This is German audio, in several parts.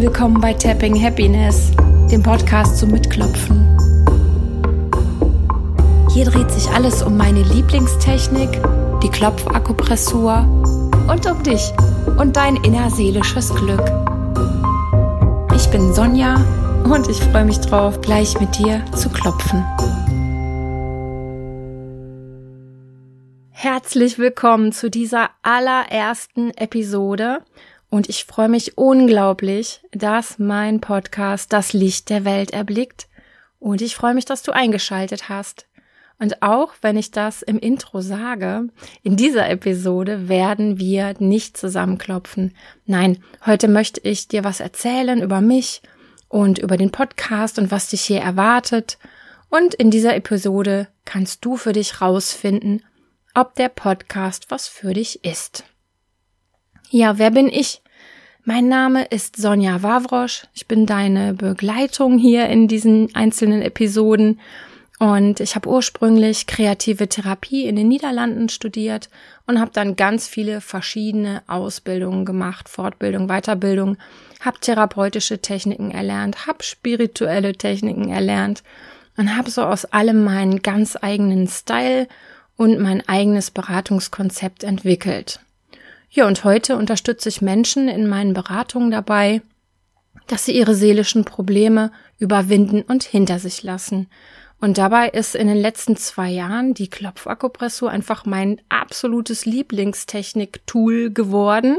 willkommen bei Tapping Happiness, dem Podcast zum Mitklopfen. Hier dreht sich alles um meine Lieblingstechnik, die Klopfakupressur und um dich und dein innerseelisches Glück. Ich bin Sonja und ich freue mich drauf, gleich mit dir zu klopfen. Herzlich willkommen zu dieser allerersten Episode. Und ich freue mich unglaublich, dass mein Podcast das Licht der Welt erblickt. Und ich freue mich, dass du eingeschaltet hast. Und auch wenn ich das im Intro sage, in dieser Episode werden wir nicht zusammenklopfen. Nein, heute möchte ich dir was erzählen über mich und über den Podcast und was dich hier erwartet. Und in dieser Episode kannst du für dich rausfinden, ob der Podcast was für dich ist. Ja, wer bin ich? Mein Name ist Sonja Wawrosch. Ich bin deine Begleitung hier in diesen einzelnen Episoden und ich habe ursprünglich kreative Therapie in den Niederlanden studiert und habe dann ganz viele verschiedene Ausbildungen gemacht, Fortbildung, Weiterbildung, habe therapeutische Techniken erlernt, habe spirituelle Techniken erlernt und habe so aus allem meinen ganz eigenen Style und mein eigenes Beratungskonzept entwickelt. Ja, und heute unterstütze ich Menschen in meinen Beratungen dabei, dass sie ihre seelischen Probleme überwinden und hinter sich lassen. Und dabei ist in den letzten 2 Jahren die Klopfakupressur einfach mein absolutes Lieblingstechnik-Tool geworden.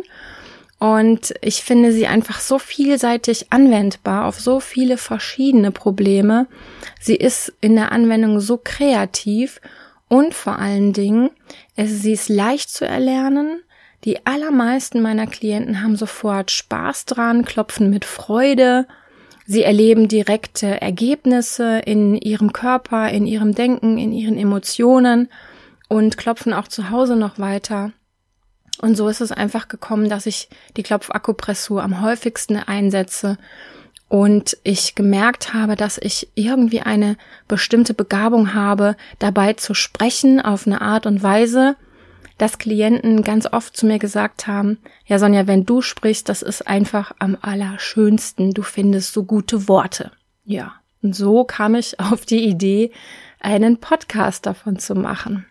Und ich finde sie einfach so vielseitig anwendbar auf so viele verschiedene Probleme. Sie ist in der Anwendung so kreativ und vor allen Dingen, sie ist leicht zu erlernen. Die allermeisten meiner Klienten haben sofort Spaß dran, klopfen mit Freude. Sie erleben direkte Ergebnisse in ihrem Körper, in ihrem Denken, in ihren Emotionen und klopfen auch zu Hause noch weiter. Und so ist es einfach gekommen, dass ich die Klopfakupressur am häufigsten einsetze und ich gemerkt habe, dass ich irgendwie eine bestimmte Begabung habe, dabei zu sprechen auf eine Art und Weise, dass Klienten ganz oft zu mir gesagt haben, ja Sonja, wenn du sprichst, das ist einfach am allerschönsten, du findest so gute Worte. Ja, und so kam ich auf die Idee, einen Podcast davon zu machen.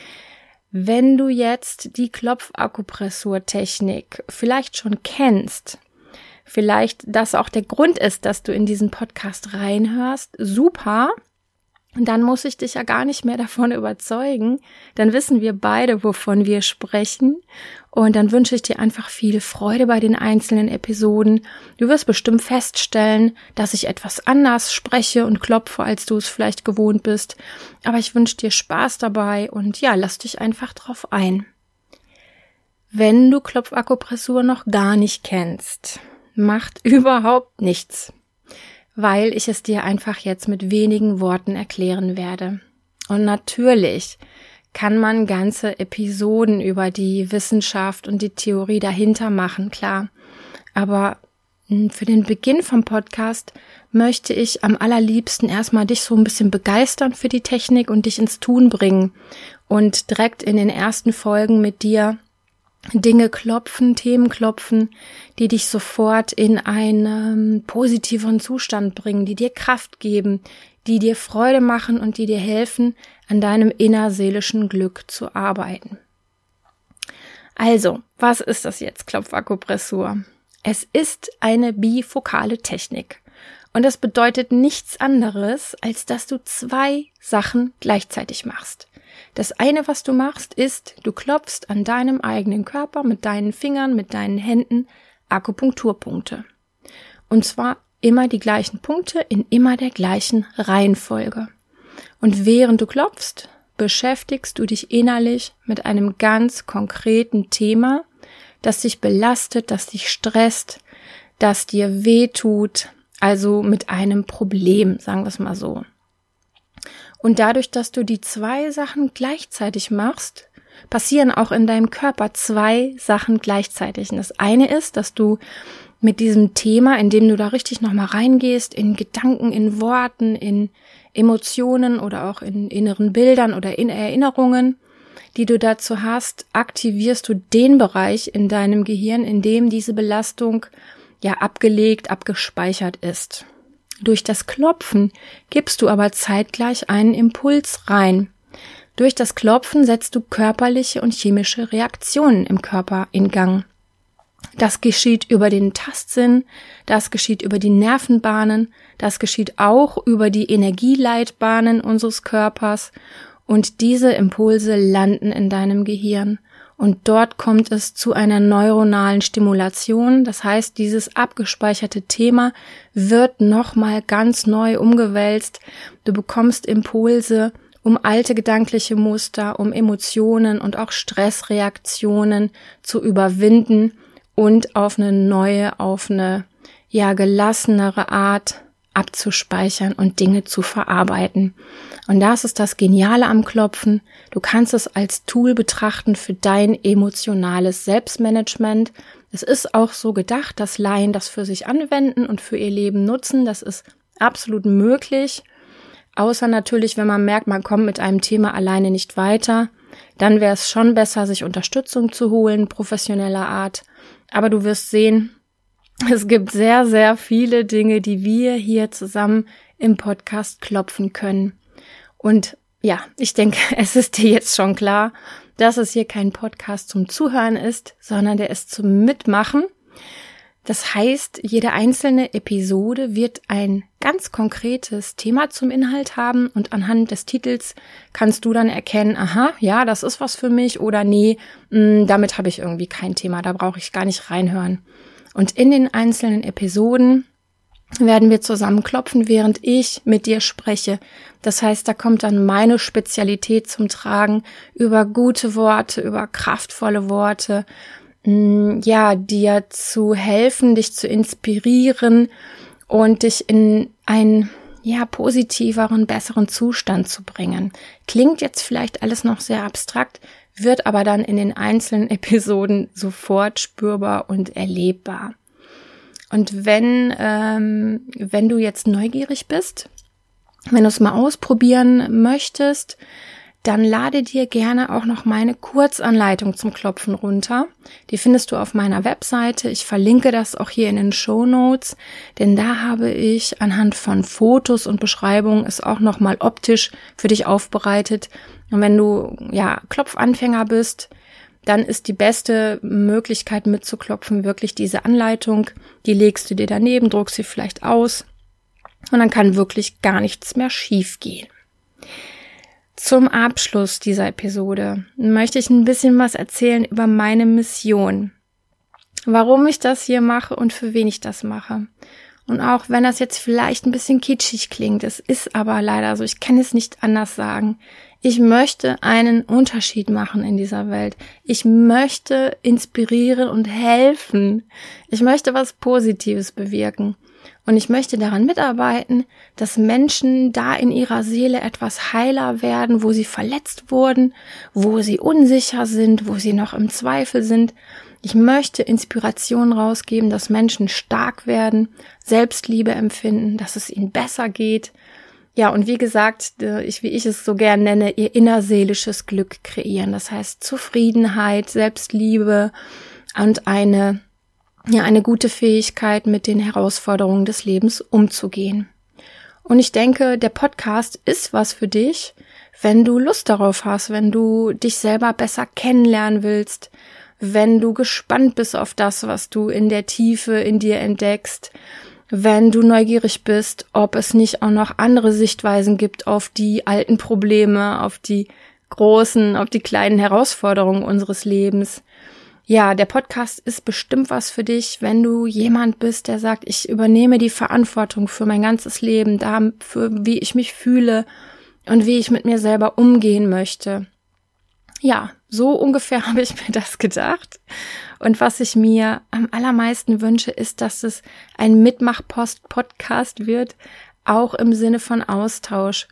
Wenn du jetzt die Klopfakupressur-Technik vielleicht schon kennst, vielleicht das auch der Grund ist, dass du in diesen Podcast reinhörst, super. Und dann muss ich dich ja gar nicht mehr davon überzeugen. Dann wissen wir beide, wovon wir sprechen. Und dann wünsche ich dir einfach viel Freude bei den einzelnen Episoden. Du wirst bestimmt feststellen, dass ich etwas anders spreche und klopfe, als du es vielleicht gewohnt bist. Aber ich wünsche dir Spaß dabei und ja, lass dich einfach drauf ein. Wenn du Klopfakupressur noch gar nicht kennst, macht überhaupt nichts, weil ich es dir einfach jetzt mit wenigen Worten erklären werde. Und natürlich kann man ganze Episoden über die Wissenschaft und die Theorie dahinter machen, klar. Aber für den Beginn vom Podcast möchte ich am allerliebsten erstmal dich so ein bisschen begeistern für die Technik und dich ins Tun bringen und direkt in den ersten Folgen mit dir Dinge klopfen, Themen klopfen, die dich sofort in einen positiveren Zustand bringen, die dir Kraft geben, die dir Freude machen und die dir helfen, an deinem innerseelischen Glück zu arbeiten. Also, was ist das jetzt, Klopfakupressur? Es ist eine bifokale Technik und das bedeutet nichts anderes, als dass du 2 Sachen gleichzeitig machst. Das eine, was du machst, ist, du klopfst an deinem eigenen Körper mit deinen Fingern, mit deinen Händen Akupunkturpunkte. Und zwar immer die gleichen Punkte in immer der gleichen Reihenfolge. Und während du klopfst, beschäftigst du dich innerlich mit einem ganz konkreten Thema, das dich belastet, das dich stresst, das dir wehtut, also mit einem Problem, sagen wir es mal so. Und dadurch, dass du die 2 Sachen gleichzeitig machst, passieren auch in deinem Körper 2 Sachen gleichzeitig. Und das eine ist, dass du mit diesem Thema, indem du da richtig nochmal reingehst, in Gedanken, in Worten, in Emotionen oder auch in inneren Bildern oder in Erinnerungen, die du dazu hast, aktivierst du den Bereich in deinem Gehirn, in dem diese Belastung abgelegt, abgespeichert ist. Durch das Klopfen gibst du aber zeitgleich einen Impuls rein. Durch das Klopfen setzt du körperliche und chemische Reaktionen im Körper in Gang. Das geschieht über den Tastsinn, das geschieht über die Nervenbahnen, das geschieht auch über die Energieleitbahnen unseres Körpers und diese Impulse landen in deinem Gehirn und dort kommt es zu einer neuronalen Stimulation. Das heißt, dieses abgespeicherte Thema wird nochmal ganz neu umgewälzt. Du bekommst Impulse, um alte gedankliche Muster, um Emotionen und auch Stressreaktionen zu überwinden und auf eine neue, auf eine gelassenere Art abzuspeichern und Dinge zu verarbeiten. Und das ist das Geniale am Klopfen. Du kannst es als Tool betrachten für dein emotionales Selbstmanagement. Es ist auch so gedacht, dass Laien das für sich anwenden und für ihr Leben nutzen. Das ist absolut möglich. Außer natürlich, wenn man merkt, man kommt mit einem Thema alleine nicht weiter, dann wäre es schon besser, sich Unterstützung zu holen, professioneller Art. Aber du wirst sehen, es gibt sehr, sehr viele Dinge, die wir hier zusammen im Podcast klopfen können. Und ja, ich denke, es ist dir jetzt schon klar, dass es hier kein Podcast zum Zuhören ist, sondern der ist zum Mitmachen. Das heißt, jede einzelne Episode wird ein ganz konkretes Thema zum Inhalt haben und anhand des Titels kannst du dann erkennen, aha, ja, das ist was für mich oder nee, damit habe ich irgendwie kein Thema, da brauche ich gar nicht reinhören. Und in den einzelnen Episoden werden wir zusammen klopfen, während ich mit dir spreche. Das heißt, da kommt dann meine Spezialität zum Tragen über gute Worte, über kraftvolle Worte, dir zu helfen, dich zu inspirieren und dich in einen positiveren, besseren Zustand zu bringen. Klingt jetzt vielleicht alles noch sehr abstrakt, wird aber dann in den einzelnen Episoden sofort spürbar und erlebbar. Und wenn du jetzt neugierig bist, wenn du es mal ausprobieren möchtest, dann lade dir gerne auch noch meine Kurzanleitung zum Klopfen runter. Die findest du auf meiner Webseite. Ich verlinke das auch hier in den Shownotes, denn da habe ich anhand von Fotos und Beschreibungen es auch nochmal optisch für dich aufbereitet. Und wenn du Klopfanfänger bist, dann ist die beste Möglichkeit mitzuklopfen wirklich diese Anleitung. Die legst du dir daneben, druckst sie vielleicht aus und dann kann wirklich gar nichts mehr schief gehen. Zum Abschluss dieser Episode möchte ich ein bisschen was erzählen über meine Mission. Warum ich das hier mache und für wen ich das mache. Und auch wenn das jetzt vielleicht ein bisschen kitschig klingt, es ist aber leider so, ich kann es nicht anders sagen. Ich möchte einen Unterschied machen in dieser Welt. Ich möchte inspirieren und helfen. Ich möchte was Positives bewirken. Und ich möchte daran mitarbeiten, dass Menschen da in ihrer Seele etwas heiler werden, wo sie verletzt wurden, wo sie unsicher sind, wo sie noch im Zweifel sind. Ich möchte Inspiration rausgeben, dass Menschen stark werden, Selbstliebe empfinden, dass es ihnen besser geht. Ja, und wie gesagt, wie ich es so gern nenne, ihr innerseelisches Glück kreieren. Das heißt Zufriedenheit, Selbstliebe und eine gute Fähigkeit, mit den Herausforderungen des Lebens umzugehen. Und ich denke, der Podcast ist was für dich, wenn du Lust darauf hast, wenn du dich selber besser kennenlernen willst, wenn du gespannt bist auf das, was du in der Tiefe in dir entdeckst, wenn du neugierig bist, ob es nicht auch noch andere Sichtweisen gibt auf die alten Probleme, auf die großen, auf die kleinen Herausforderungen unseres Lebens. Ja, der Podcast ist bestimmt was für dich, wenn du jemand bist, der sagt, ich übernehme die Verantwortung für mein ganzes Leben, dafür, wie ich mich fühle und wie ich mit mir selber umgehen möchte. Ja, so ungefähr habe ich mir das gedacht. Und was ich mir am allermeisten wünsche, ist, dass es ein Mitmach-Podcast wird, auch im Sinne von Austausch.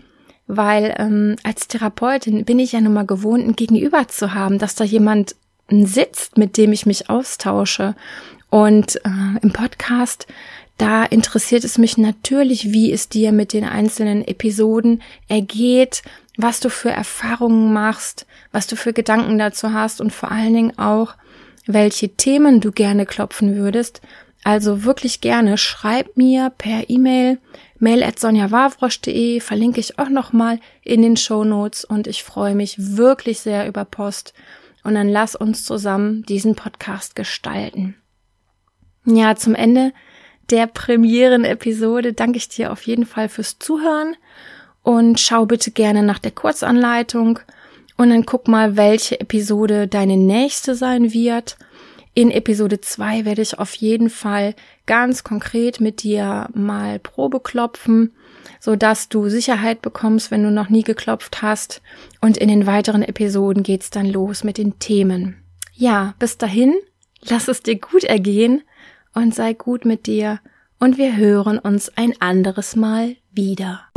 Weil als Therapeutin bin ich ja nun mal gewohnt, ein Gegenüber zu haben, dass da jemand sitzt, mit dem ich mich austausche. Und im Podcast, da interessiert es mich natürlich, wie es dir mit den einzelnen Episoden ergeht, was du für Erfahrungen machst, was du für Gedanken dazu hast und vor allen Dingen auch, welche Themen du gerne klopfen würdest. Also wirklich gerne, schreib mir per E-Mail, mail@sonjawawrosch.de, verlinke ich auch nochmal in den Shownotes und ich freue mich wirklich sehr über Post und dann lass uns zusammen diesen Podcast gestalten. Ja, zum Ende der Premieren-Episode danke ich dir auf jeden Fall fürs Zuhören und schau bitte gerne nach der Kurzanleitung und dann guck mal, welche Episode deine nächste sein wird. In Episode 2 werde ich auf jeden Fall ganz konkret mit dir mal Probe klopfen, sodass du Sicherheit bekommst, wenn du noch nie geklopft hast. Und in den weiteren Episoden geht's dann los mit den Themen. Ja, bis dahin, lass es dir gut ergehen und sei gut mit dir. Und wir hören uns ein anderes Mal wieder.